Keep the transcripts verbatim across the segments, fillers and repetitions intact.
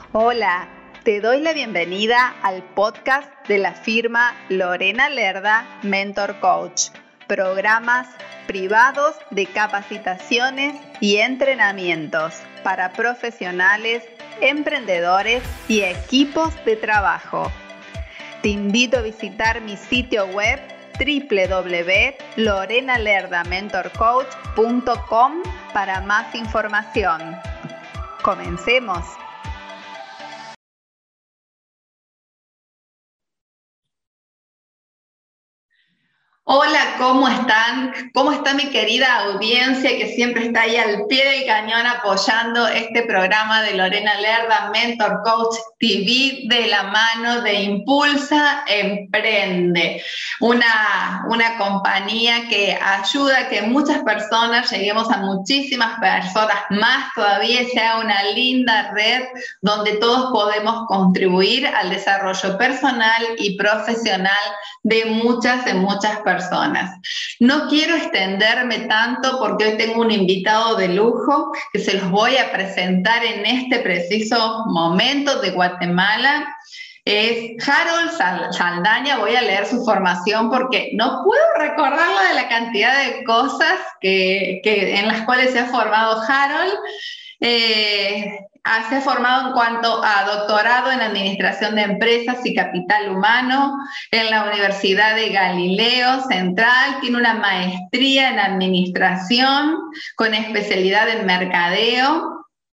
Hola, te doy la bienvenida al podcast de la firma Lorena Lerda Mentor Coach, programas privados de capacitaciones y entrenamientos para profesionales, emprendedores y equipos de trabajo. Te invito a visitar mi sitio web doble u doble u doble u punto lorena lerda mentor coach punto com para más información. Comencemos. Hola, ¿cómo están? ¿Cómo está mi querida audiencia que siempre está ahí al pie del cañón apoyando este programa de Lorena Lerda, Mentor Coach T V, de la mano de Impulsa Emprende? Una, una compañía que ayuda a que muchas personas lleguemos a muchísimas personas más todavía y sea una linda red donde todos podemos contribuir al desarrollo personal y profesional de muchas, de muchas personas. Personas. No quiero extenderme tanto porque hoy tengo un invitado de lujo que se los voy a presentar en este preciso momento de Guatemala. Es Harold Saldaña. Voy a leer su formación porque no puedo recordarla de la cantidad de cosas que, que, en las cuales se ha formado Harold. Eh, se ha formado en cuanto a doctorado en Administración de Empresas y Capital Humano en la Universidad de Galileo Central. Tiene una maestría en Administración con especialidad en Mercadeo.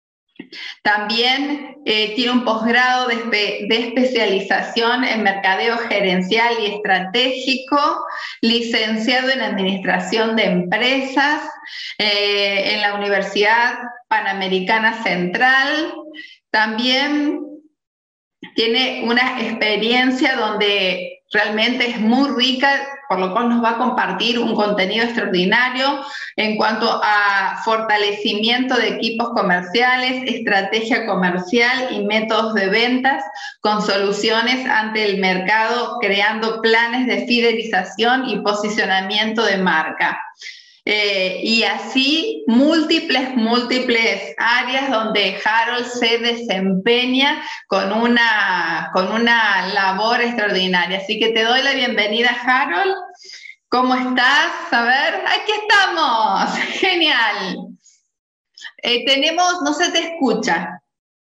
También eh, tiene un posgrado de, espe de especialización en mercadeo gerencial y estratégico, licenciado en Administración de Empresas eh, en la Universidad Panamericana Central. También tiene una experiencia donde realmente es muy rica, por lo cual nos va a compartir un contenido extraordinario en cuanto a fortalecimiento de equipos comerciales, estrategia comercial y métodos de ventas con soluciones ante el mercado, creando planes de fidelización y posicionamiento de marca. Eh, y así múltiples, múltiples áreas donde Harold se desempeña con una, con una labor extraordinaria. Así que te doy la bienvenida, Harold. ¿Cómo estás? A ver, aquí estamos. Genial. Eh, tenemos, no se te escucha.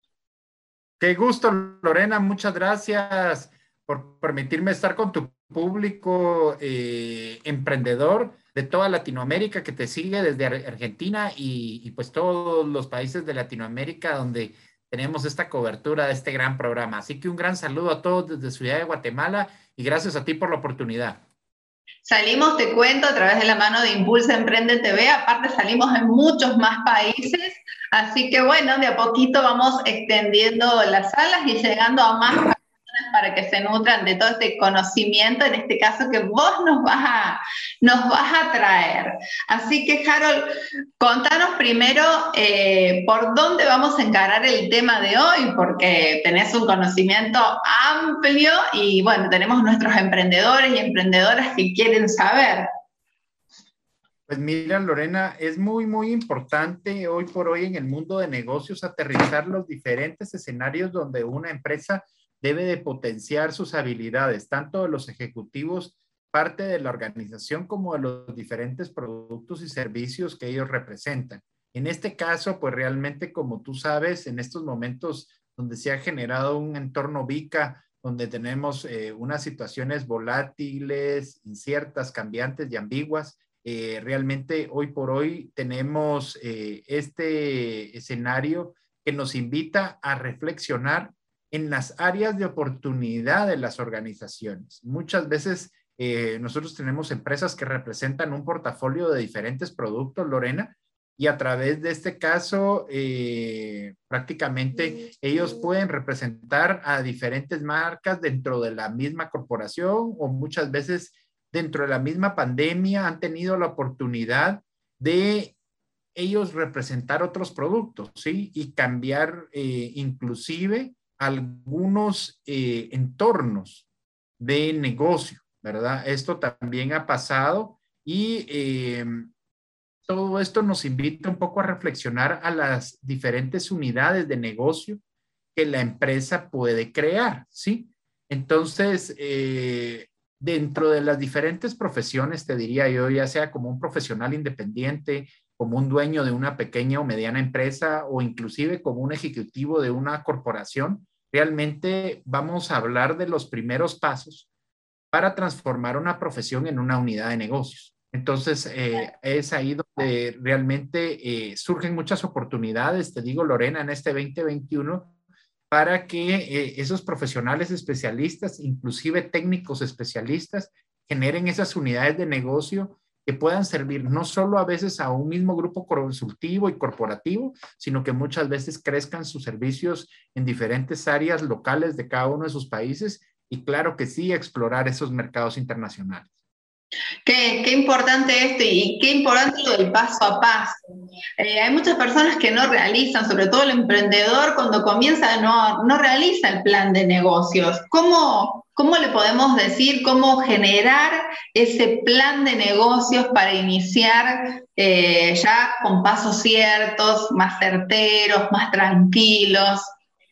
Qué gusto, Lorena. Muchas gracias por permitirme estar con tu público eh, emprendedor de toda Latinoamérica que te sigue desde Argentina y, y pues todos los países de Latinoamérica donde tenemos esta cobertura de este gran programa. Así que un gran saludo a todos desde Ciudad de Guatemala y gracias a ti por la oportunidad. Salimos, te cuento, a través de la mano de Impulsa Emprende T V, aparte salimos en muchos más países, así que bueno, de a poquito vamos extendiendo las salas y llegando a más personas para que se nutran de todo este conocimiento, en este caso que vos nos vas a, nos vas a traer. Así que, Harold, contanos primero eh, por dónde vamos a encarar el tema de hoy, porque tenés un conocimiento amplio y, bueno, tenemos nuestros emprendedores y emprendedoras que quieren saber. Pues mira, Lorena, es muy, muy importante hoy por hoy en el mundo de negocios aterrizar los diferentes escenarios donde una empresa debe de potenciar sus habilidades, tanto de los ejecutivos, parte de la organización, como de los diferentes productos y servicios que ellos representan. En este caso, pues realmente, como tú sabes, en estos momentos donde se ha generado un entorno VICA, donde tenemos eh, unas situaciones volátiles, inciertas, cambiantes y ambiguas, eh, realmente hoy por hoy tenemos eh, este escenario que nos invita a reflexionar en las áreas de oportunidad de las organizaciones. Muchas veces eh, nosotros tenemos empresas que representan un portafolio de diferentes productos, Lorena, y a través de este caso eh, prácticamente ellos pueden representar a diferentes marcas dentro de la misma corporación o muchas veces dentro de la misma pandemia han tenido la oportunidad de ellos representar otros productos, ¿sí? Y cambiar eh, inclusive algunos eh, entornos de negocio, ¿verdad? Esto también ha pasado y eh, todo esto nos invita un poco a reflexionar a las diferentes unidades de negocio que la empresa puede crear, ¿sí? Entonces, eh, dentro de las diferentes profesiones, te diría yo, ya sea como un profesional independiente, como un dueño de una pequeña o mediana empresa, o inclusive como un ejecutivo de una corporación, realmente vamos a hablar de los primeros pasos para transformar una profesión en una unidad de negocios. Entonces, eh, es ahí donde realmente eh, surgen muchas oportunidades, te digo, Lorena, en este veinte veintiuno, para que eh, esos profesionales especialistas, inclusive técnicos especialistas, generen esas unidades de negocio que puedan servir no solo a veces a un mismo grupo consultivo y corporativo, sino que muchas veces crezcan sus servicios en diferentes áreas locales de cada uno de sus países y claro que sí, explorar esos mercados internacionales. Qué, qué importante esto y qué importante lo del paso a paso. Eh, hay muchas personas que no realizan, sobre todo el emprendedor cuando comienza no, no realiza el plan de negocios. ¿Cómo, cómo le podemos decir, cómo generar ese plan de negocios para iniciar eh, ya con pasos ciertos, más certeros, más tranquilos?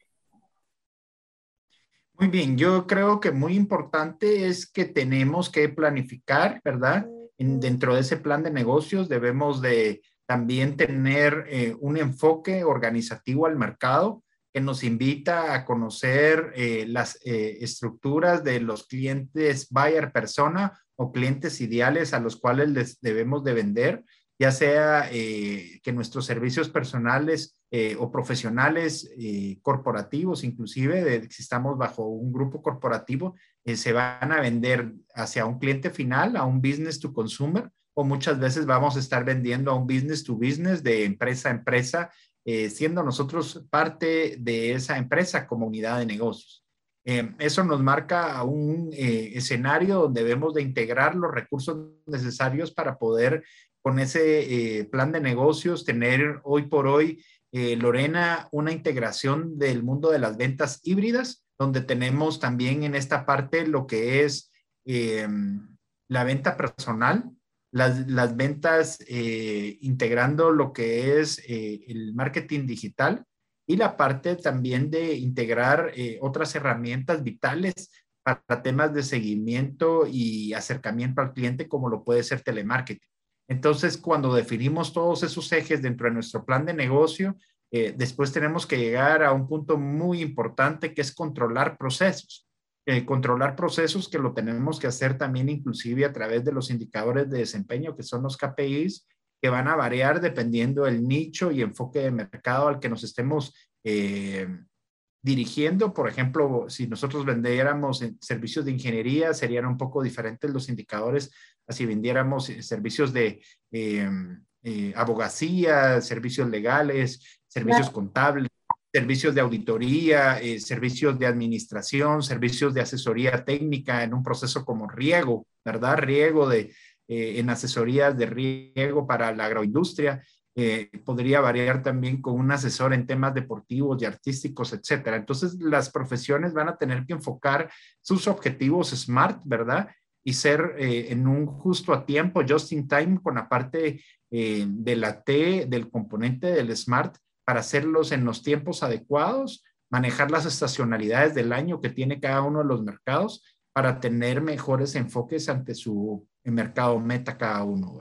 Muy bien, yo creo que muy importante es que tenemos que planificar, ¿verdad? En, dentro de ese plan de negocios debemos de también tener eh, un enfoque organizativo al mercado que nos invita a conocer eh, las eh, estructuras de los clientes buyer persona o clientes ideales a los cuales les debemos de vender, ya sea eh, que nuestros servicios personales Eh, o profesionales eh, corporativos, inclusive de, si estamos bajo un grupo corporativo, eh, se van a vender hacia un cliente final, a un business to consumer, o muchas veces vamos a estar vendiendo a un business to business de empresa a empresa, eh, siendo nosotros parte de esa empresa como unidad de negocios. Eh, eso nos marca un eh, escenario donde debemos de integrar los recursos necesarios para poder con ese eh, plan de negocios tener hoy por hoy Eh, Lorena, una integración del mundo de las ventas híbridas, donde tenemos también en esta parte lo que es eh, la venta personal, las, las ventas eh, integrando lo que es eh, el marketing digital y la parte también de integrar eh, otras herramientas vitales para temas de seguimiento y acercamiento al cliente, como lo puede ser telemarketing. Entonces, cuando definimos todos esos ejes dentro de nuestro plan de negocio, eh, después tenemos que llegar a un punto muy importante que es controlar procesos. Eh, controlar procesos que lo tenemos que hacer también inclusive a través de los indicadores de desempeño, que son los K P Is, que van a variar dependiendo del nicho y enfoque de mercado al que nos estemos eh, dirigiendo. Por ejemplo, si nosotros vendiéramos servicios de ingeniería, serían un poco diferentes los indicadores así vendiéramos servicios de eh, eh, abogacía, servicios legales, servicios contables, servicios de auditoría, eh, servicios de administración, servicios de asesoría técnica en un proceso como riego, ¿verdad? Riego de, eh, en asesorías de riego para la agroindustria. Eh, podría variar también con un asesor en temas deportivos y artísticos, etcétera. Entonces, las profesiones van a tener que enfocar sus objetivos SMART, ¿verdad? Y ser eh, en un justo a tiempo, just in time, con la parte eh, de la T, del componente del SMART, para hacerlos en los tiempos adecuados, manejar las estacionalidades del año que tiene cada uno de los mercados para tener mejores enfoques ante su mercado meta cada uno.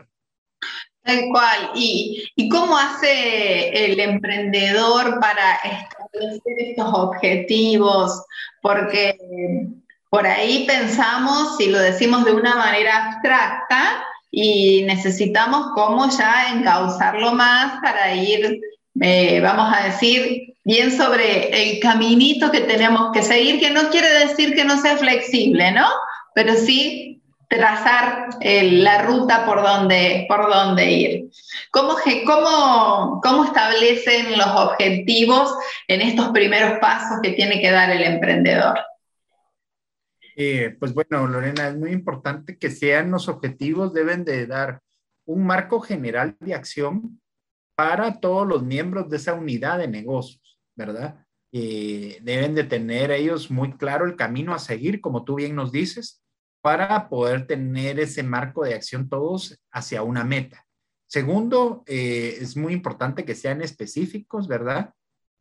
Tal cual. ¿Y, y cómo hace el emprendedor para establecer estos objetivos? Porque por ahí pensamos, si lo decimos de una manera abstracta, y necesitamos cómo ya encauzarlo más para ir, eh, vamos a decir, bien sobre el caminito que tenemos que seguir, que no quiere decir que no sea flexible, ¿no? Pero sí trazar eh, la ruta por donde, por donde ir. ¿Cómo, cómo, ¿Cómo establecen los objetivos en estos primeros pasos que tiene que dar el emprendedor? Eh, pues bueno, Lorena, es muy importante que sean los objetivos, deben de dar un marco general de acción para todos los miembros de esa unidad de negocios, ¿verdad? Eh, deben de tener ellos muy claro el camino a seguir, como tú bien nos dices, para poder tener ese marco de acción todos hacia una meta. Segundo, eh, es muy importante que sean específicos, ¿verdad?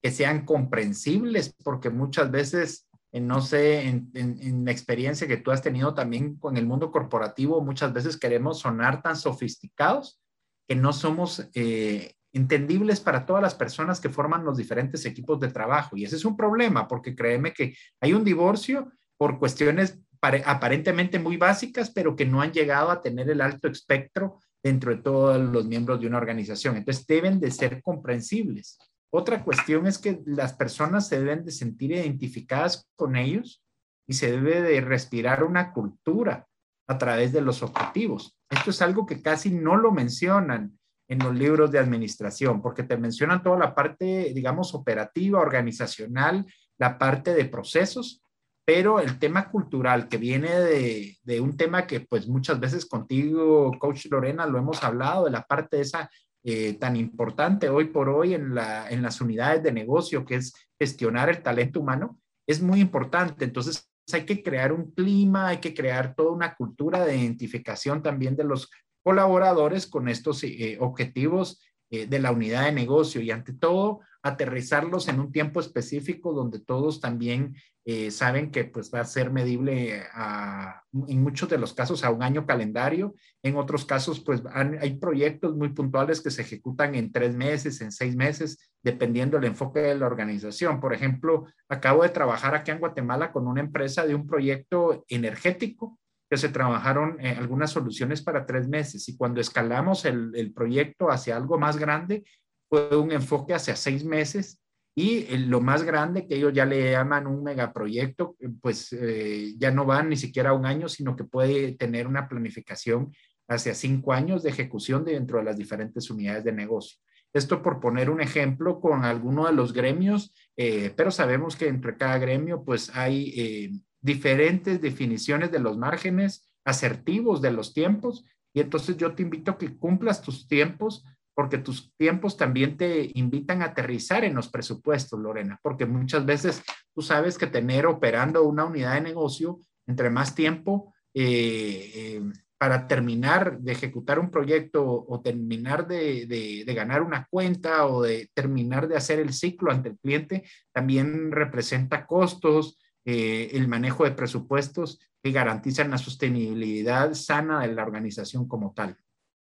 que sean comprensibles, porque muchas veces, eh, no sé, en, en, en la experiencia que tú has tenido también con el mundo corporativo, muchas veces queremos sonar tan sofisticados que no somos eh, entendibles para todas las personas que forman los diferentes equipos de trabajo. Y ese es un problema, porque créeme que hay un divorcio por cuestiones aparentemente muy básicas, pero que no han llegado a tener el alto espectro dentro de todos los miembros de una organización. Entonces deben de ser comprensibles. Otra cuestión es que las personas se deben de sentir identificadas con ellos y se debe de respirar una cultura a través de los objetivos. Esto es algo que casi no lo mencionan en los libros de administración, porque te mencionan toda la parte, digamos, operativa, organizacional, la parte de procesos, pero el tema cultural que viene de, de un tema que pues muchas veces contigo, Coach Lorena, lo hemos hablado, de la parte esa eh, tan importante hoy por hoy en, la, en las unidades de negocio, que es gestionar el talento humano, es muy importante. Entonces hay que crear un clima, hay que crear toda una cultura de identificación también de los colaboradores con estos eh, objetivos eh, de la unidad de negocio y ante todo aterrizarlos en un tiempo específico donde todos también eh, saben que pues va a ser medible a, en muchos de los casos a un año calendario, en otros casos pues han, hay proyectos muy puntuales que se ejecutan en tres meses, en seis meses, dependiendo del enfoque de la organización. Por ejemplo, acabo de trabajar aquí en Guatemala con una empresa de un proyecto energético que se trabajaron eh, algunas soluciones para tres meses y cuando escalamos el, el proyecto hacia algo más grande, fue un enfoque hacia seis meses y eh, lo más grande que ellos ya le llaman un megaproyecto, pues eh, ya no van ni siquiera a un año, sino que puede tener una planificación hacia cinco años de ejecución dentro de las diferentes unidades de negocio. Esto por poner un ejemplo con alguno de los gremios, eh, pero sabemos que entre cada gremio pues hay eh, diferentes definiciones de los márgenes asertivos de los tiempos y entonces yo te invito a que cumplas tus tiempos porque tus tiempos también te invitan a aterrizar en los presupuestos, Lorena, porque muchas veces tú sabes que tener operando una unidad de negocio, entre más tiempo eh, eh, para terminar de ejecutar un proyecto o terminar de, de, de ganar una cuenta o de terminar de hacer el ciclo ante el cliente, también representa costos, eh, el manejo de presupuestos que garantizan la sostenibilidad sana de la organización como tal.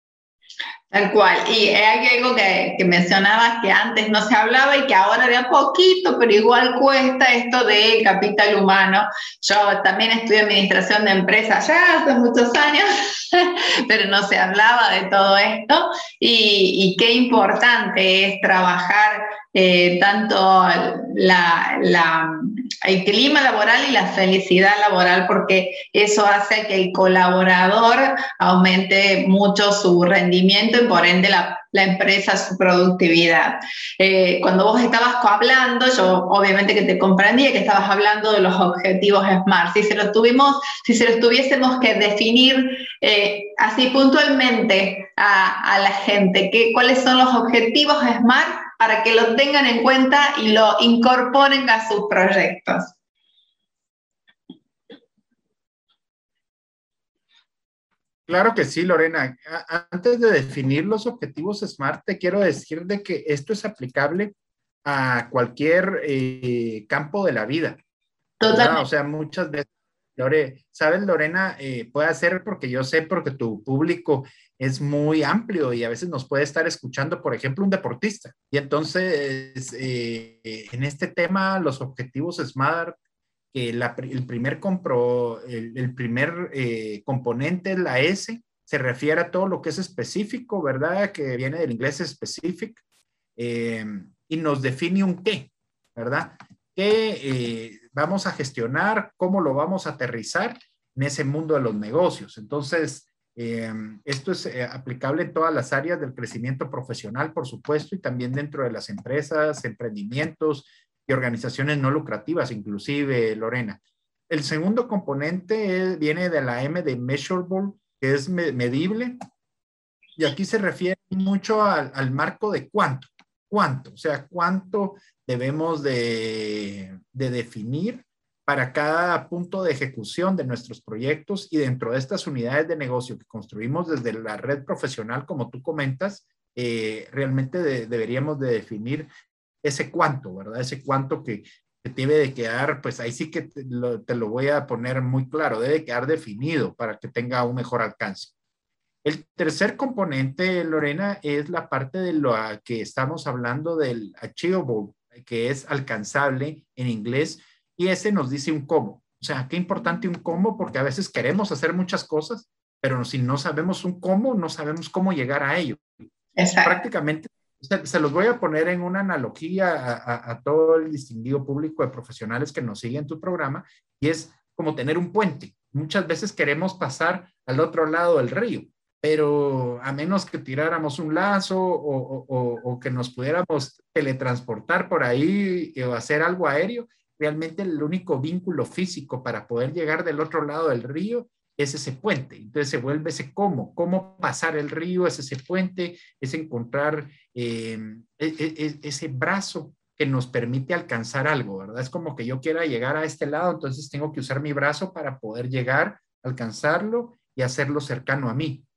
Tal cual. Y hay algo que, que mencionabas que antes no se hablaba y que ahora de a poquito, pero igual cuesta esto del capital humano. Yo también estudié administración de empresas ya hace muchos años, pero no se hablaba de todo esto y, y qué importante es trabajar eh, tanto la, la, el clima laboral y la felicidad laboral, porque eso hace que el colaborador aumente mucho su rendimiento y por ende la, la empresa su productividad. Eh, cuando vos estabas hablando, yo obviamente que te comprendía que estabas hablando de los objetivos SMART. Si se los tuvimos, si se los tuviésemos que definir eh, así puntualmente a, a la gente, ¿qué, ¿cuáles son los objetivos SMART para que lo tengan en cuenta y lo incorporen a sus proyectos? Claro que sí, Lorena. Antes de definir los objetivos SMART, te quiero decir de que esto es aplicable a cualquier eh, campo de la vida. Totalmente. O sea, muchas veces, Lore, ¿sabes, Lorena? Eh, puede ser porque yo sé, porque tu público es muy amplio y a veces nos puede estar escuchando, por ejemplo, un deportista. Y entonces, eh, en este tema, los objetivos SMART, que la, el primer, compro, el, el primer eh, componente, la S, se refiere a todo lo que es específico, ¿verdad? Que viene del inglés specific, eh, y nos define un qué, ¿verdad? ¿Qué eh, vamos a gestionar? ¿Cómo lo vamos a aterrizar en ese mundo de los negocios? Entonces, eh, esto es eh, aplicable en todas las áreas del crecimiento profesional, por supuesto, y también dentro de las empresas, emprendimientos, y organizaciones no lucrativas, inclusive, Lorena. El segundo componente es, viene de la M de measurable, que es me, medible, y aquí se refiere mucho al, al marco de cuánto, cuánto, o sea, cuánto debemos de, de definir para cada punto de ejecución de nuestros proyectos y dentro de estas unidades de negocio que construimos desde la red profesional, como tú comentas, eh, realmente de, deberíamos de definir ese cuánto, ¿verdad? Ese cuánto que, que debe de quedar, pues ahí sí que te lo, te lo voy a poner muy claro, debe quedar definido para que tenga un mejor alcance. El tercer componente, Lorena, es la parte de lo que estamos hablando del achievable, que es alcanzable en inglés, y ese nos dice un cómo. O sea, qué importante un cómo, porque a veces queremos hacer muchas cosas, pero si no sabemos un cómo, no sabemos cómo llegar a ello. Exacto. Prácticamente, se, se los voy a poner en una analogía a, a, a todo el distinguido público de profesionales que nos siguen en tu programa, y es como tener un puente. Muchas veces queremos pasar al otro lado del río, pero a menos que tiráramos un lazo o, o, o que nos pudiéramos teletransportar por ahí o hacer algo aéreo, realmente el único vínculo físico para poder llegar del otro lado del río es ese puente. Entonces se vuelve ese cómo, cómo pasar el río, es ese puente, es encontrar eh, es, ese brazo que nos permite alcanzar algo, ¿verdad? Es como que yo quiera llegar a este lado, entonces tengo que usar mi brazo para poder llegar, alcanzarlo y hacerlo cercano a mí.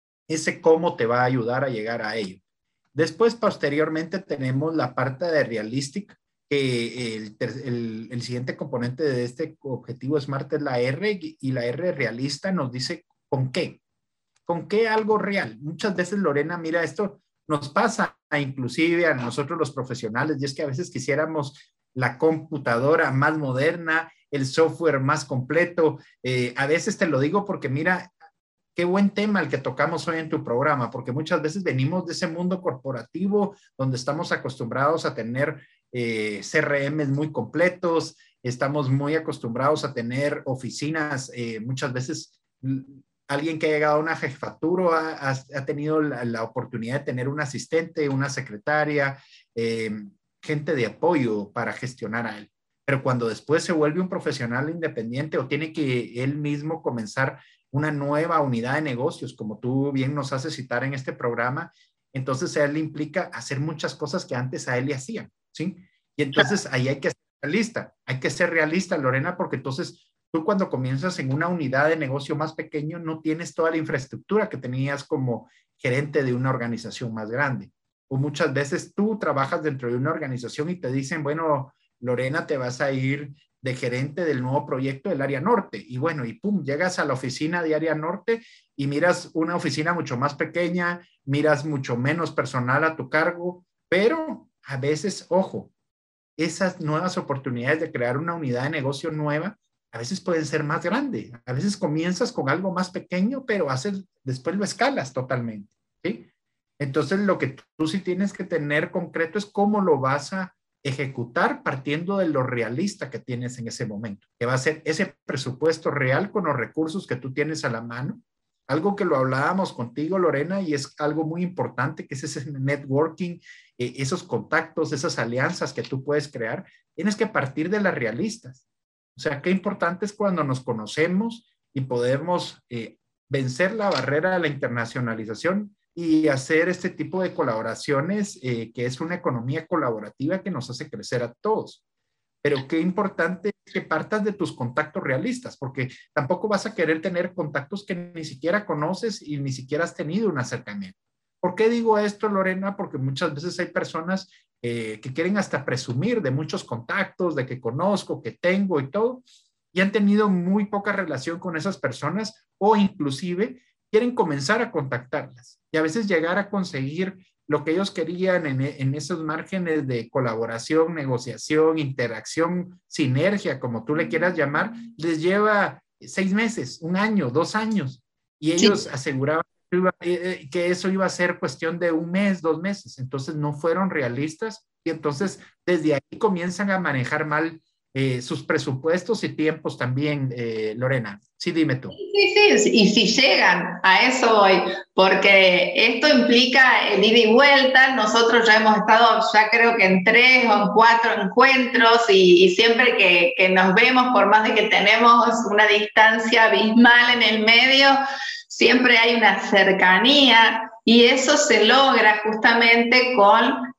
Ese cómo te va a ayudar a llegar a ello. Después, posteriormente, tenemos la parte de Realistic, que el, el, el siguiente componente de este objetivo SMART es la R, y la R realista nos dice con qué. ¿Con qué algo real? Muchas veces, Lorena, mira, esto nos pasa inclusive a nosotros los profesionales, y es que a veces quisiéramos la computadora más moderna, el software más completo. Eh, a veces te lo digo porque mira, qué buen tema el que tocamos hoy en tu programa, porque muchas veces venimos de ese mundo corporativo donde estamos acostumbrados a tener eh, C R Ms muy completos, estamos muy acostumbrados a tener oficinas, eh, muchas veces alguien que ha llegado a una jefatura ha, ha tenido la, la oportunidad de tener un asistente, una secretaria, eh, gente de apoyo para gestionar a él. Pero cuando después se vuelve un profesional independiente o tiene que él mismo comenzar una nueva unidad de negocios, como tú bien nos haces citar en este programa, entonces a él le implica hacer muchas cosas que antes a él le hacían, ¿sí? Y entonces ahí hay que ser realista, hay que ser realista, Lorena, porque entonces tú cuando comienzas en una unidad de negocio más pequeño no tienes toda la infraestructura que tenías como gerente de una organización más grande. O muchas veces tú trabajas dentro de una organización y te dicen, bueno, Lorena, te vas a ir de gerente del nuevo proyecto del área norte. Y bueno, y pum, llegas a la oficina de área norte y miras una oficina mucho más pequeña, miras mucho menos personal a tu cargo, pero a veces, ojo, esas nuevas oportunidades de crear una unidad de negocio nueva, a veces pueden ser más grandes. A veces comienzas con algo más pequeño, pero haces, después lo escalas totalmente, ¿sí? Entonces, lo que tú sí tienes que tener concreto es cómo lo vas a ejecutar partiendo de lo realista que tienes en ese momento, que va a ser ese presupuesto real con los recursos que tú tienes a la mano. Algo que lo hablábamos contigo, Lorena, y es algo muy importante, que es ese networking, eh, esos contactos, esas alianzas que tú puedes crear. Tienes que partir de las realistas. O sea, qué importante es cuando nos conocemos y podemos eh, vencer la barrera de la internacionalización y hacer este tipo de colaboraciones, eh, que es una economía colaborativa que nos hace crecer a todos. Pero qué importante es que partas de tus contactos realistas, porque tampoco vas a querer tener contactos que ni siquiera conoces y ni siquiera has tenido un acercamiento. ¿Por qué digo esto, Lorena? Porque muchas veces hay personas eh, que quieren hasta presumir de muchos contactos, de que conozco, que tengo y todo, y han tenido muy poca relación con esas personas, o inclusive quieren comenzar a contactarlas y a veces llegar a conseguir lo que ellos querían en, en esos márgenes de colaboración, negociación, interacción, sinergia, como tú le quieras llamar, les lleva seis meses, un año, dos años, y ellos sí aseguraban que, iba, eh, que eso iba a ser cuestión de un mes, dos meses, entonces no fueron realistas, y entonces desde ahí comienzan a manejar mal Eh, sus presupuestos y tiempos también, eh, Lorena. Sí, dime tú. Sí, sí, y si llegan, a eso voy, porque esto implica el ida y vuelta. Nosotros ya hemos estado, ya creo que en tres o en cuatro encuentros, y, y siempre que, que nos vemos, por más de que tenemos una distancia abismal en el medio, siempre hay una cercanía, y eso se logra justamente con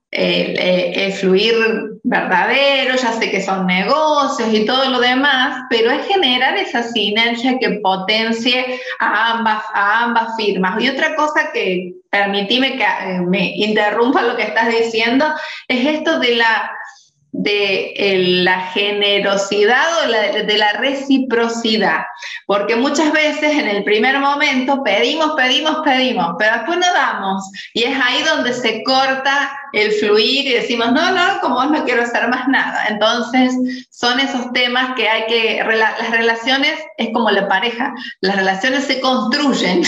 el, el fluir verdadero, ya sé que son negocios y todo lo demás, pero es generar esa sinergia que potencie a ambas, a ambas firmas. Y otra cosa que, permitime que me interrumpa lo que estás diciendo, es esto de la de el, la generosidad o la, de la reciprocidad, porque muchas veces en el primer momento pedimos, pedimos, pedimos, pero después no damos, y es ahí donde se corta el fluir y decimos, no, no, como vos no quiero hacer más nada. Entonces son esos temas que hay que, las relaciones es como la pareja, las relaciones se construyen.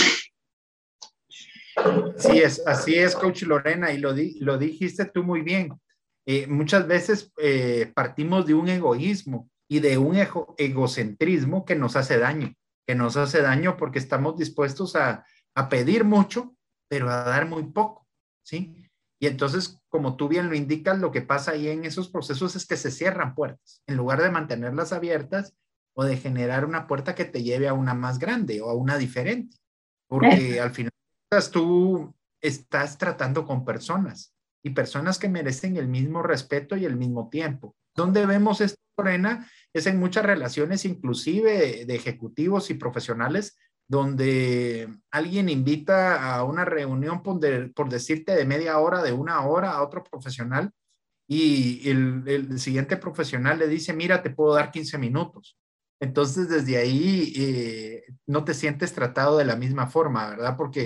Así es, así es, Coach Lorena, y lo, di, lo dijiste tú muy bien. Eh, muchas veces eh, partimos de un egoísmo y de un ego, egocentrismo que nos hace daño, que nos hace daño porque estamos dispuestos a, a pedir mucho, pero a dar muy poco, ¿sí? Y entonces, como tú bien lo indicas, lo que pasa ahí en esos procesos es que se cierran puertas, en lugar de mantenerlas abiertas o de generar una puerta que te lleve a una más grande o a una diferente, porque al final tú estás tratando con personas y personas que merecen el mismo respeto y el mismo tiempo. ¿Dónde vemos esto, Lorena? Es en muchas relaciones, inclusive de ejecutivos y profesionales, donde alguien invita a una reunión, por, de, por decirte, de media hora, de una hora a otro profesional, y el, el siguiente profesional le dice, mira, te puedo dar quince minutos. Entonces, desde ahí eh, no te sientes tratado de la misma forma, ¿verdad? Porque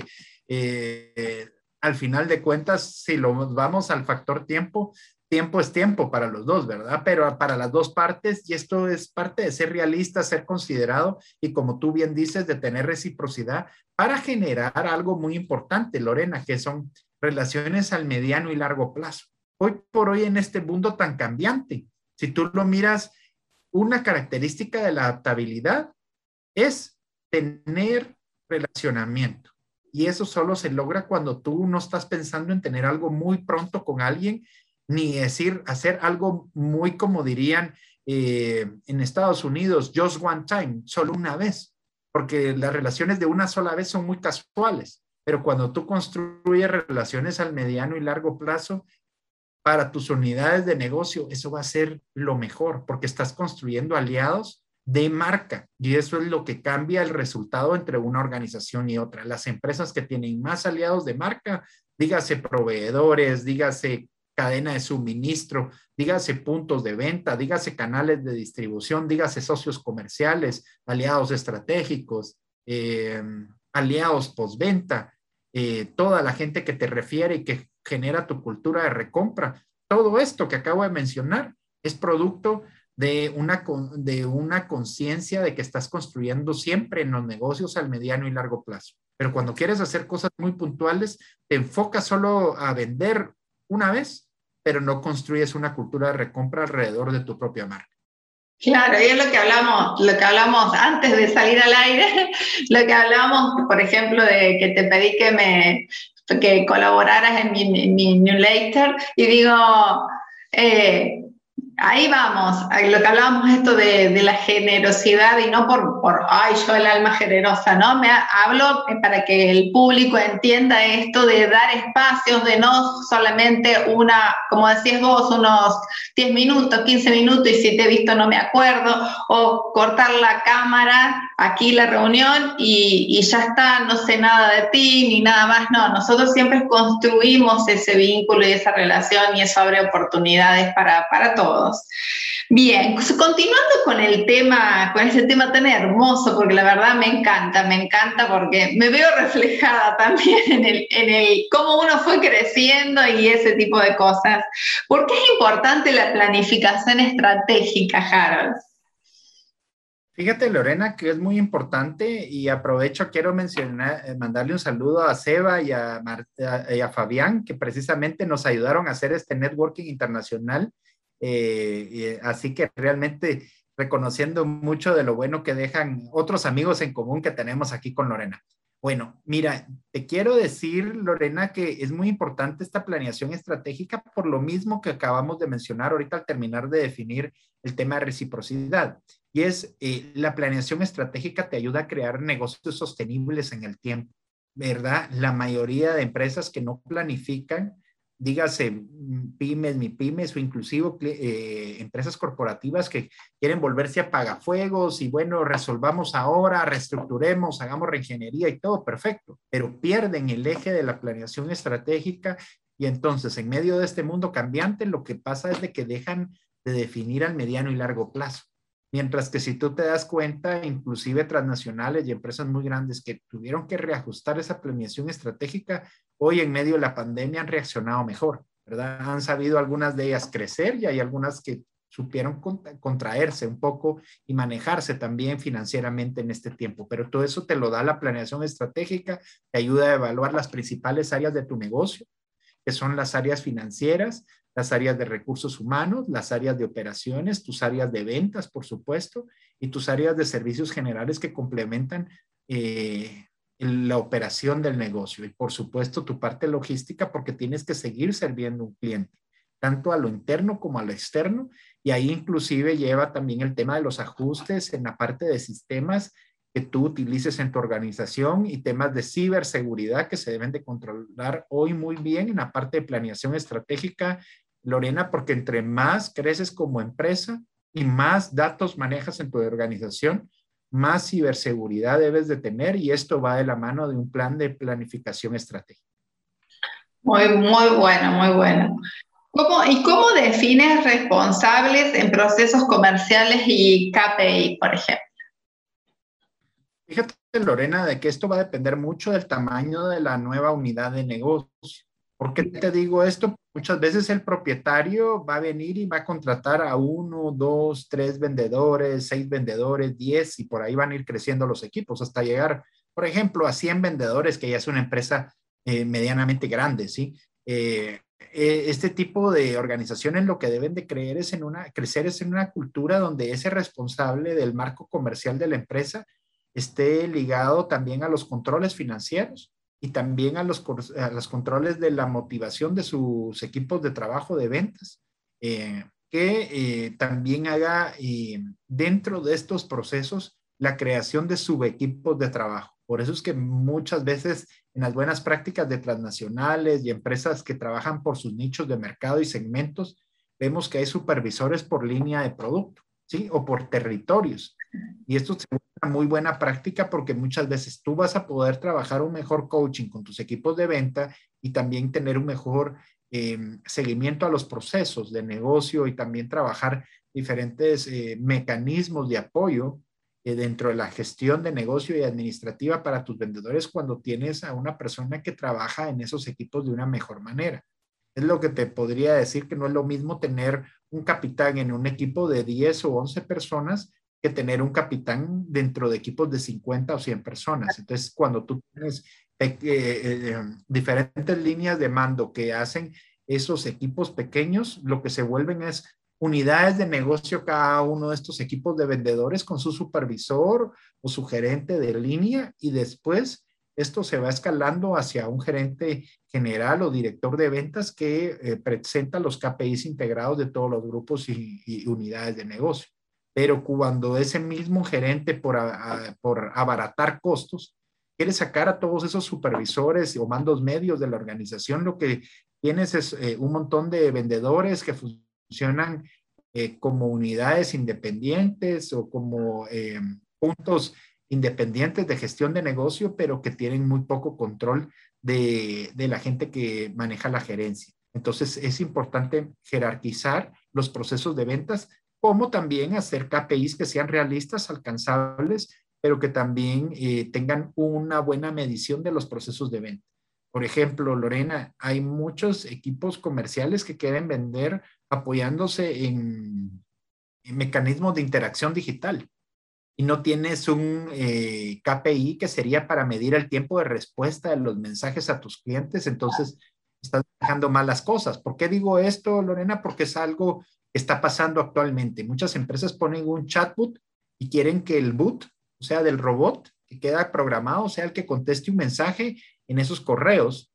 eh, al final de cuentas, si lo vamos al factor tiempo, tiempo es tiempo para los dos, ¿verdad? Pero para las dos partes, y esto es parte de ser realista, ser considerado, y como tú bien dices, de tener reciprocidad para generar algo muy importante, Lorena, que son relaciones al mediano y largo plazo. Hoy por hoy en este mundo tan cambiante, si tú lo miras, una característica de la adaptabilidad es tener relacionamiento. Y eso solo se logra cuando tú no estás pensando en tener algo muy pronto con alguien, ni decir, hacer algo muy como dirían eh, en Estados Unidos, just one time, solo una vez, porque las relaciones de una sola vez son muy casuales, pero cuando tú construyes relaciones al mediano y largo plazo, para tus unidades de negocio, eso va a ser lo mejor, porque estás construyendo aliados de marca y eso es lo que cambia el resultado entre una organización y otra. Las empresas que tienen más aliados de marca, dígase proveedores, dígase cadena de suministro, dígase puntos de venta, dígase canales de distribución, dígase socios comerciales, aliados estratégicos, eh, aliados postventa, eh, toda la gente que te refiere y que genera tu cultura de recompra. Todo esto que acabo de mencionar es producto de una, de una conciencia de que estás construyendo siempre en los negocios al mediano y largo plazo. Pero cuando quieres hacer cosas muy puntuales, te enfocas solo a vender una vez, pero no construyes una cultura de recompra alrededor de tu propia marca. Claro, y es lo que hablamos, lo que hablamos antes de salir al aire, lo que hablamos, por ejemplo, de que te pedí que me que colaboraras en mi, en mi newsletter, y digo, eh, ahí vamos, a lo que hablábamos esto de, de la generosidad y no por, por, ay, yo el alma generosa, ¿no? Me hablo para que el público entienda esto de dar espacios, de no solamente una, como decías vos, unos diez minutos, quince minutos y si te he visto no me acuerdo, o cortar la cámara, aquí la reunión y, y ya está, no sé nada de ti ni nada más, no, nosotros siempre construimos ese vínculo y esa relación y eso abre oportunidades para, para todos. Bien, continuando con el tema, con ese tema tan hermoso, porque la verdad me encanta, me encanta porque me veo reflejada también en el, en el cómo uno fue creciendo y ese tipo de cosas. ¿Por qué es importante la planificación estratégica, Harold? Fíjate, Lorena, que es muy importante y aprovecho, quiero mencionar, mandarle un saludo a Seba y a, Mar, a, y a Fabián, que precisamente nos ayudaron a hacer este networking internacional. Eh, y, así que realmente reconociendo mucho de lo bueno que dejan otros amigos en común que tenemos aquí con Lorena. Bueno, mira, te quiero decir, Lorena, que es muy importante esta planeación estratégica por lo mismo que acabamos de mencionar ahorita al terminar de definir el tema de reciprocidad. Y es, eh, la planeación estratégica te ayuda a crear negocios sostenibles en el tiempo, ¿verdad? La mayoría de empresas que no planifican dígase mm, pymes, mi pymes o inclusive eh, empresas corporativas que quieren volverse a pagafuegos y bueno, resolvamos ahora, reestructuremos, hagamos reingeniería y todo, perfecto, pero pierden el eje de la planeación estratégica y entonces en medio de este mundo cambiante lo que pasa es de que dejan de definir al mediano y largo plazo. Mientras que si tú te das cuenta, inclusive transnacionales y empresas muy grandes que tuvieron que reajustar esa planeación estratégica, hoy en medio de la pandemia han reaccionado mejor, ¿verdad? Han sabido algunas de ellas crecer y hay algunas que supieron contraerse un poco y manejarse también financieramente en este tiempo. Pero todo eso te lo da la planeación estratégica, te ayuda a evaluar las principales áreas de tu negocio, que son las áreas financieras, las áreas de recursos humanos, las áreas de operaciones, tus áreas de ventas, por supuesto, y tus áreas de servicios generales que complementan eh, la operación del negocio. Y por supuesto, tu parte logística, porque tienes que seguir sirviendo a un cliente, tanto a lo interno como a lo externo. Y ahí inclusive lleva también el tema de los ajustes en la parte de sistemas que tú utilices en tu organización y temas de ciberseguridad que se deben de controlar hoy muy bien en la parte de planeación estratégica, Lorena, porque entre más creces como empresa y más datos manejas en tu organización, más ciberseguridad debes de tener y esto va de la mano de un plan de planificación estratégica. Muy, muy bueno, muy bueno. ¿Cómo, ¿Y cómo defines responsables en procesos comerciales y K P I, por ejemplo? Fíjate, Lorena, de que esto va a depender mucho del tamaño de la nueva unidad de negocio. ¿Por qué te digo esto? Muchas veces el propietario va a venir y va a contratar a uno, dos, tres vendedores, seis vendedores, diez, y por ahí van a ir creciendo los equipos hasta llegar, por ejemplo, a cien vendedores, que ya es una empresa eh, medianamente grande, ¿sí? Eh, este tipo de organizaciones lo que deben de creer es en una, crecer es en una cultura donde ese responsable del marco comercial de la empresa esté ligado también a los controles financieros y también a los, a los controles de la motivación de sus equipos de trabajo de ventas, eh, que eh, también haga eh, dentro de estos procesos la creación de subequipos de trabajo. Por eso es que muchas veces en las buenas prácticas de transnacionales y empresas que trabajan por sus nichos de mercado y segmentos, vemos que hay supervisores por línea de producto, ¿sí? O por territorios. Y esto se vuelve una muy buena práctica porque muchas veces tú vas a poder trabajar un mejor coaching con tus equipos de venta y también tener un mejor eh, seguimiento a los procesos de negocio y también trabajar diferentes eh, mecanismos de apoyo eh, dentro de la gestión de negocio y administrativa para tus vendedores cuando tienes a una persona que trabaja en esos equipos de una mejor manera. Es lo que te podría decir que no es lo mismo tener un capitán en un equipo de diez o once personas que tener un capitán dentro de equipos de cincuenta o cien personas. Entonces, cuando tú tienes eh, eh, diferentes líneas de mando que hacen esos equipos pequeños, lo que se vuelven es unidades de negocio cada uno de estos equipos de vendedores con su supervisor o su gerente de línea y después esto se va escalando hacia un gerente general o director de ventas que eh, presenta los K P Is integrados de todos los grupos y, y unidades de negocio. Pero cuando ese mismo gerente por, a, a, por abaratar costos quiere sacar a todos esos supervisores o mandos medios de la organización, lo que tienes es eh, un montón de vendedores que funcionan eh, como unidades independientes o como eh, puntos independientes de gestión de negocio, pero que tienen muy poco control de, de la gente que maneja la gerencia. Entonces es importante jerarquizar los procesos de ventas, como también hacer K P Is que sean realistas, alcanzables, pero que también eh, tengan una buena medición de los procesos de venta. Por ejemplo, Lorena, hay muchos equipos comerciales que quieren vender apoyándose en, en mecanismos de interacción digital y no tienes un eh, K P I que sería para medir el tiempo de respuesta de los mensajes a tus clientes, entonces estás dejando mal las cosas. ¿Por qué digo esto, Lorena? Porque es algo que está pasando actualmente. Muchas empresas ponen un chatbot y quieren que el bot, o sea, del robot que queda programado, sea el que conteste un mensaje en esos correos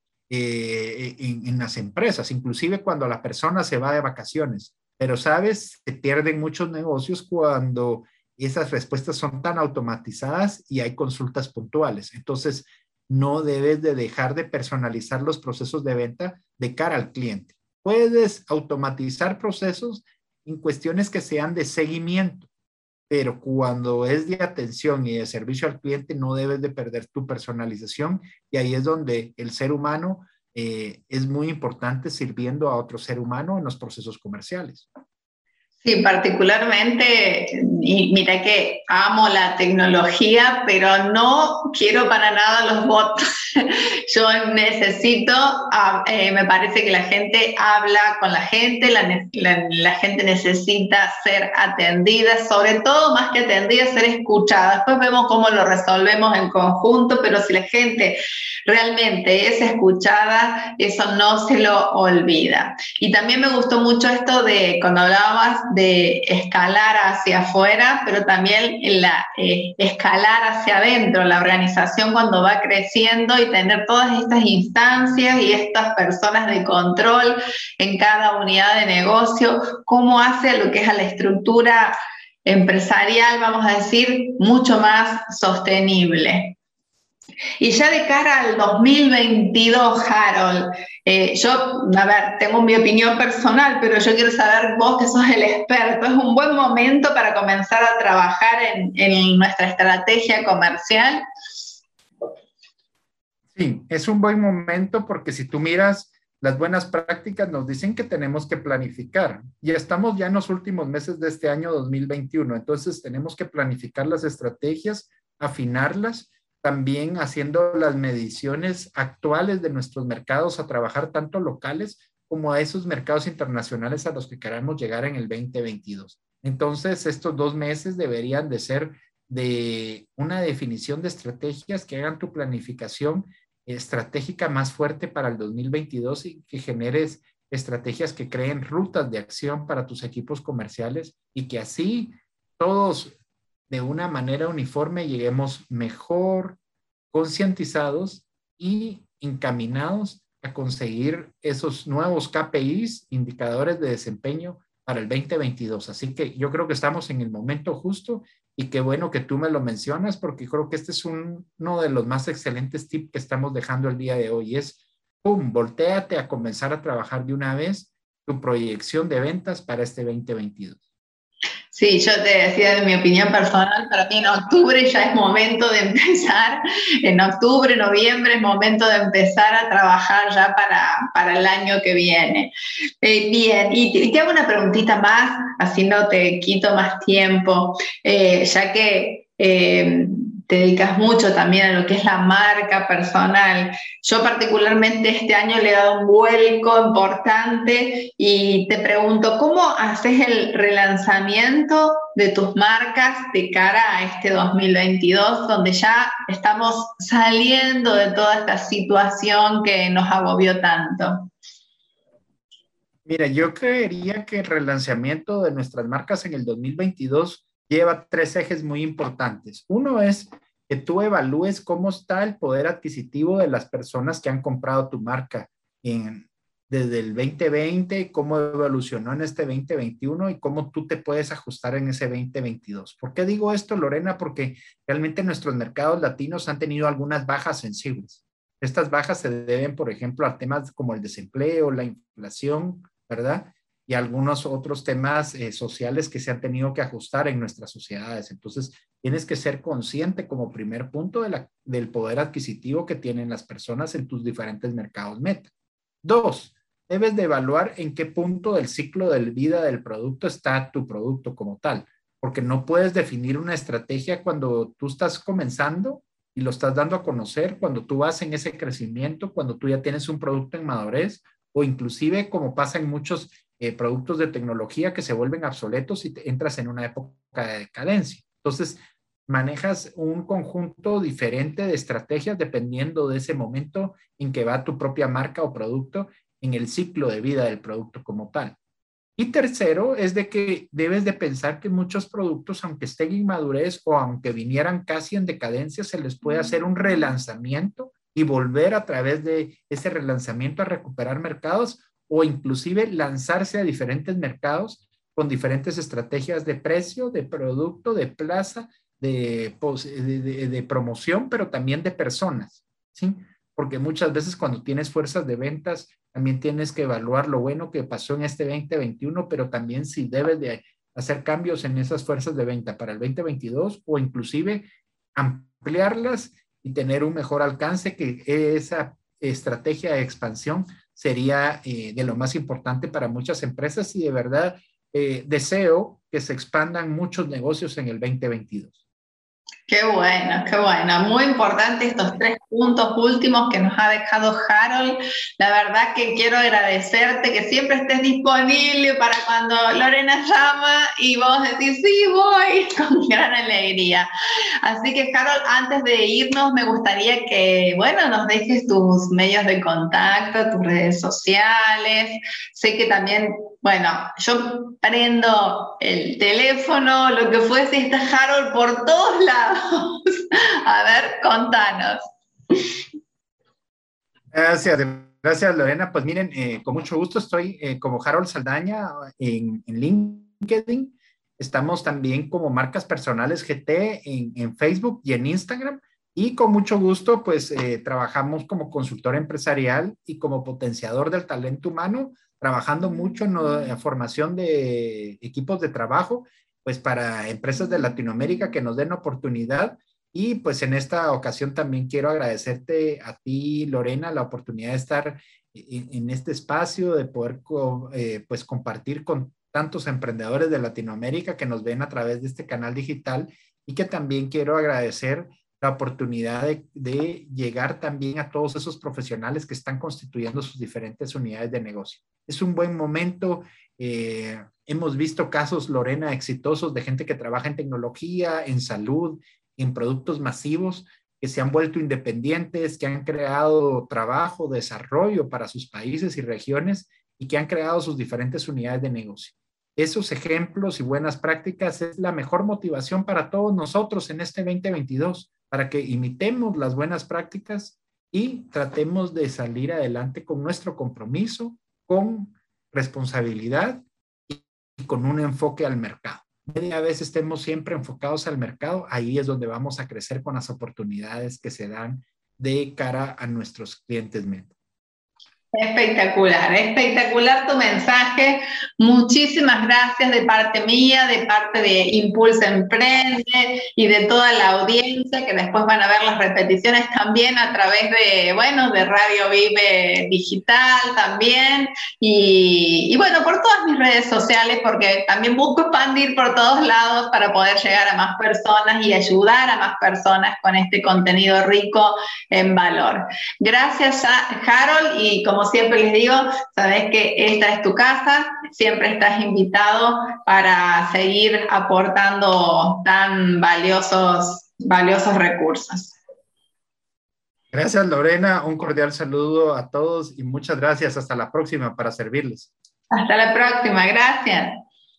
eh, en, en las empresas, inclusive cuando la persona se va de vacaciones. Pero, ¿sabes? Se pierden muchos negocios cuando esas respuestas son tan automatizadas y hay consultas puntuales. Entonces, no debes de dejar de personalizar los procesos de venta de cara al cliente. Puedes automatizar procesos en cuestiones que sean de seguimiento, pero cuando es de atención y de servicio al cliente no debes de perder tu personalización, y ahí es donde el ser humano eh, es muy importante sirviendo a otro ser humano en los procesos comerciales. Sí, particularmente, y mira que amo la tecnología, pero no quiero para nada los bots. Yo necesito, eh, me parece que la gente habla con la gente, la, la, la gente necesita ser atendida, sobre todo más que atendida, ser escuchada. Después vemos cómo lo resolvemos en conjunto, pero si la gente realmente es escuchada, eso no se lo olvida. Y también me gustó mucho esto de cuando hablabas de escalar hacia afuera, pero también la, eh, escalar hacia adentro, la organización cuando va creciendo y tener todas estas instancias y estas personas de control en cada unidad de negocio, cómo hace lo que es a la estructura empresarial, vamos a decir, mucho más sostenible. Y ya de cara al dos mil veintidós, Harold, eh, yo, a ver, tengo mi opinión personal, pero yo quiero saber vos que sos el experto, ¿es un buen momento para comenzar a trabajar en, en nuestra estrategia comercial? Sí, es un buen momento porque si tú miras las buenas prácticas nos dicen que tenemos que planificar. Ya estamos ya en los últimos meses de este año dos mil veintiuno, entonces tenemos que planificar las estrategias, afinarlas, también haciendo las mediciones actuales de nuestros mercados a trabajar tanto locales como a esos mercados internacionales a los que queramos llegar en el veinte veintidós. Entonces, estos dos meses deberían de ser de una definición de estrategias que hagan tu planificación estratégica más fuerte para el dos mil veintidós y que generes estrategias que creen rutas de acción para tus equipos comerciales y que así todos de una manera uniforme lleguemos mejor concientizados y encaminados a conseguir esos nuevos K P Is, indicadores de desempeño para el veinte veintidós. Así que yo creo que estamos en el momento justo y qué bueno que tú me lo mencionas porque creo que este es un, uno de los más excelentes tips que estamos dejando el día de hoy. Es, ¡pum!, voltéate a comenzar a trabajar de una vez tu proyección de ventas para este veinte veintidós. Sí, yo te decía de mi opinión personal, para mí en octubre ya es momento de empezar, en octubre, noviembre es momento de empezar a trabajar ya para, para el año que viene. Eh, bien, y te, y te hago una preguntita más, así no te quito más tiempo, eh, ya que eh, te dedicas mucho también a lo que es la marca personal. Yo particularmente este año le he dado un vuelco importante y te pregunto, ¿cómo haces el relanzamiento de tus marcas de cara a este dos mil veintidós, donde ya estamos saliendo de toda esta situación que nos agobió tanto? Mira, yo creería que el relanzamiento de nuestras marcas en el dos mil veintidós lleva tres ejes muy importantes. Uno es que tú evalúes cómo está el poder adquisitivo de las personas que han comprado tu marca en, desde el veinte veinte, cómo evolucionó en este veinte veintiuno y cómo tú te puedes ajustar en ese veinte veintidós. ¿Por qué digo esto, Lorena? Porque realmente nuestros mercados latinos han tenido algunas bajas sensibles. Estas bajas se deben, por ejemplo, a temas como el desempleo, la inflación, ¿verdad? Y algunos otros temas eh, sociales que se han tenido que ajustar en nuestras sociedades. Entonces, tienes que ser consciente como primer punto de la, del poder adquisitivo que tienen las personas en tus diferentes mercados meta. Dos, debes de evaluar en qué punto del ciclo de vida del producto está tu producto como tal, porque no puedes definir una estrategia cuando tú estás comenzando y lo estás dando a conocer, cuando tú vas en ese crecimiento, cuando tú ya tienes un producto en madurez, o inclusive como pasa en muchos eh, productos de tecnología que se vuelven obsoletos y te entras en una época de decadencia. Entonces, manejas un conjunto diferente de estrategias dependiendo de ese momento en que va tu propia marca o producto en el ciclo de vida del producto como tal. Y tercero, es de que debes de pensar que muchos productos, aunque estén en madurez o aunque vinieran casi en decadencia, se les puede hacer un relanzamiento y volver a través de ese relanzamiento a recuperar mercados o inclusive lanzarse a diferentes mercados con diferentes estrategias de precio, de producto, de plaza, de, de, de, de promoción, pero también de personas, ¿sí? Porque muchas veces cuando tienes fuerzas de ventas, también tienes que evaluar lo bueno que pasó en este veinte veintiuno, pero también si debes de hacer cambios en esas fuerzas de venta para el veinte veintidós o inclusive ampliarlas y tener un mejor alcance, que esa estrategia de expansión sería eh, de lo más importante para muchas empresas y de verdad eh, deseo que se expandan muchos negocios en el veinte veintidós. Qué bueno, qué bueno. Muy importante estos tres puntos últimos que nos ha dejado Harold. La verdad que quiero agradecerte que siempre estés disponible para cuando Lorena llama y vos decís, sí, voy, con gran alegría. Así que, Harold, antes de irnos, me gustaría que, bueno, nos dejes tus medios de contacto, tus redes sociales. Sé que también, bueno, yo prendo el teléfono, lo que fuese, y está Harold por todos lados. A ver, contanos. Gracias, gracias Lorena. Pues miren, eh, con mucho gusto estoy eh, como Harold Saldaña en, en LinkedIn. Estamos también como Marcas Personales G T en, en Facebook y en Instagram. Y con mucho gusto, pues eh, trabajamos como consultor empresarial y como potenciador del talento humano, trabajando mucho en la formación de equipos de trabajo, pues para empresas de Latinoamérica que nos den oportunidad. Y pues en esta ocasión también quiero agradecerte a ti, Lorena, la oportunidad de estar en, en este espacio, de poder eh, pues compartir con tantos emprendedores de Latinoamérica que nos ven a través de este canal digital, y que también quiero agradecer la oportunidad de, de llegar también a todos esos profesionales que están constituyendo sus diferentes unidades de negocio. Es un buen momento. Eh, hemos visto casos, Lorena, exitosos de gente que trabaja en tecnología, en salud, en productos masivos, que se han vuelto independientes, que han creado trabajo, desarrollo para sus países y regiones y que han creado sus diferentes unidades de negocio. Esos ejemplos y buenas prácticas es la mejor motivación para todos nosotros en este veinte veintidós, para que imitemos las buenas prácticas y tratemos de salir adelante con nuestro compromiso, con responsabilidad y con un enfoque al mercado. Media vez estemos siempre enfocados al mercado, ahí es donde vamos a crecer con las oportunidades que se dan de cara a nuestros clientes meta. Espectacular, espectacular tu mensaje. Muchísimas gracias de parte mía, de parte de Impulsa Emprende y de toda la audiencia que después van a ver las repeticiones también a través de, bueno, de Radio Vive Digital también y, y bueno, por todas mis redes sociales, porque también busco expandir por todos lados para poder llegar a más personas y ayudar a más personas con este contenido rico en valor. Gracias a Harold, y como Como siempre les digo, sabes que esta es tu casa, siempre estás invitado para seguir aportando tan valiosos, valiosos recursos. Gracias, Lorena, un cordial saludo a todos y muchas gracias. Hasta la próxima para servirles. Hasta la próxima, gracias.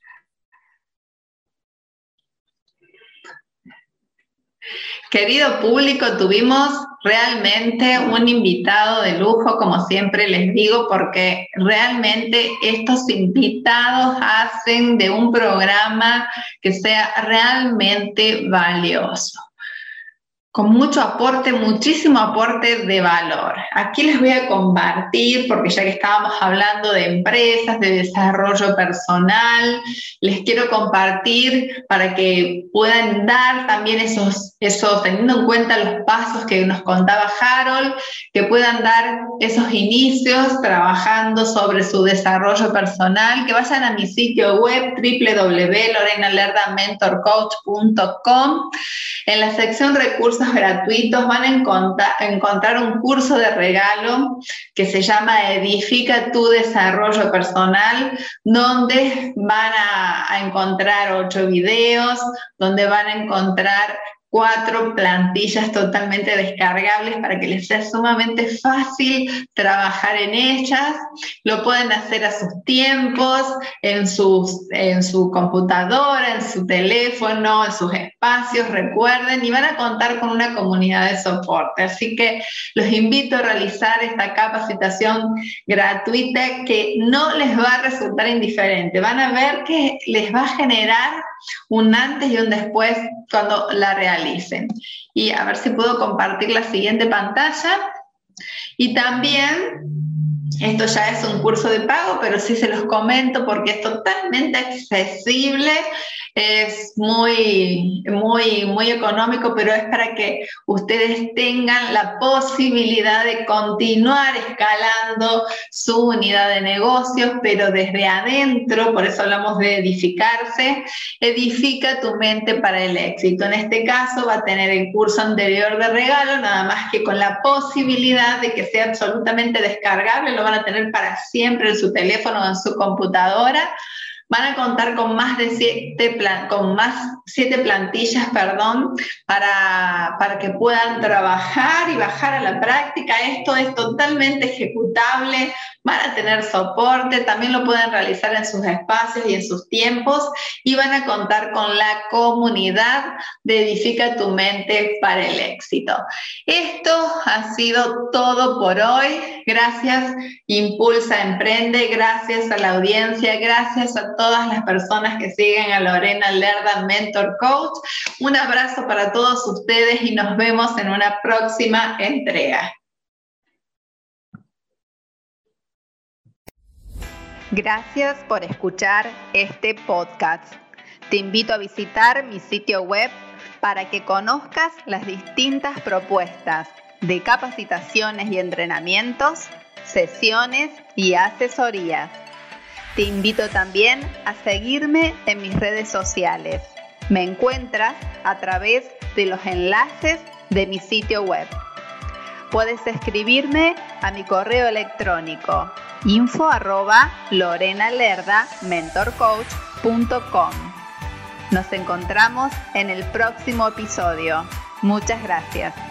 Querido público, tuvimos realmente un invitado de lujo, como siempre les digo, porque realmente estos invitados hacen de un programa que sea realmente valioso, con mucho aporte, muchísimo aporte de valor. Aquí les voy a compartir, porque ya que estábamos hablando de empresas, de desarrollo personal, les quiero compartir para que puedan dar también esos, esos, teniendo en cuenta los pasos que nos contaba Harold, que puedan dar esos inicios trabajando sobre su desarrollo personal, que vayan a mi sitio web doble u doble u doble u punto lorena lerda mentor coach punto com. En la sección recursos gratuitos van a encontrar, encontrar un curso de regalo que se llama Edifica tu desarrollo personal, donde van a, a encontrar ocho videos, donde van a encontrar cuatro plantillas totalmente descargables para que les sea sumamente fácil trabajar en ellas. Lo pueden hacer a sus tiempos, en, sus, en su computadora, en su teléfono, en sus espacios, recuerden, y van a contar con una comunidad de soporte. Así que los invito a realizar esta capacitación gratuita que no les va a resultar indiferente. Van a ver que les va a generar un antes y un después cuando la realicen. Y a ver si puedo compartir la siguiente pantalla. Y también, esto ya es un curso de pago, pero sí se los comento porque es totalmente accesible, es muy, muy, muy económico, pero es para que ustedes tengan la posibilidad de continuar escalando su unidad de negocios, pero desde adentro. Por eso hablamos de edificarse. Edifica tu mente para el éxito. En este caso va a tener el curso anterior de regalo, nada más que con la posibilidad de que sea absolutamente descargable, lo van a tener para siempre en su teléfono o en su computadora. Van a contar con más de siete, plan, con más siete plantillas, perdón, para, para que puedan trabajar y bajar a la práctica. Esto es totalmente ejecutable, van a tener soporte, también lo pueden realizar en sus espacios y en sus tiempos, y van a contar con la comunidad de Edifica tu Mente para el Éxito. Esto ha sido todo por hoy. Gracias, Impulsa Emprende, gracias a la audiencia, gracias a todas las personas que siguen a Lorena Lerda, Mentor Coach. Un abrazo para todos ustedes y nos vemos en una próxima entrega. Gracias por escuchar este podcast. Te invito a visitar mi sitio web para que conozcas las distintas propuestas de capacitaciones y entrenamientos, sesiones y asesorías. Te invito también a seguirme en mis redes sociales. Me encuentras a través de los enlaces de mi sitio web. Puedes escribirme a mi correo electrónico info arroba lorenalerda mentor coach punto com. Nos encontramos en el próximo episodio. Muchas gracias.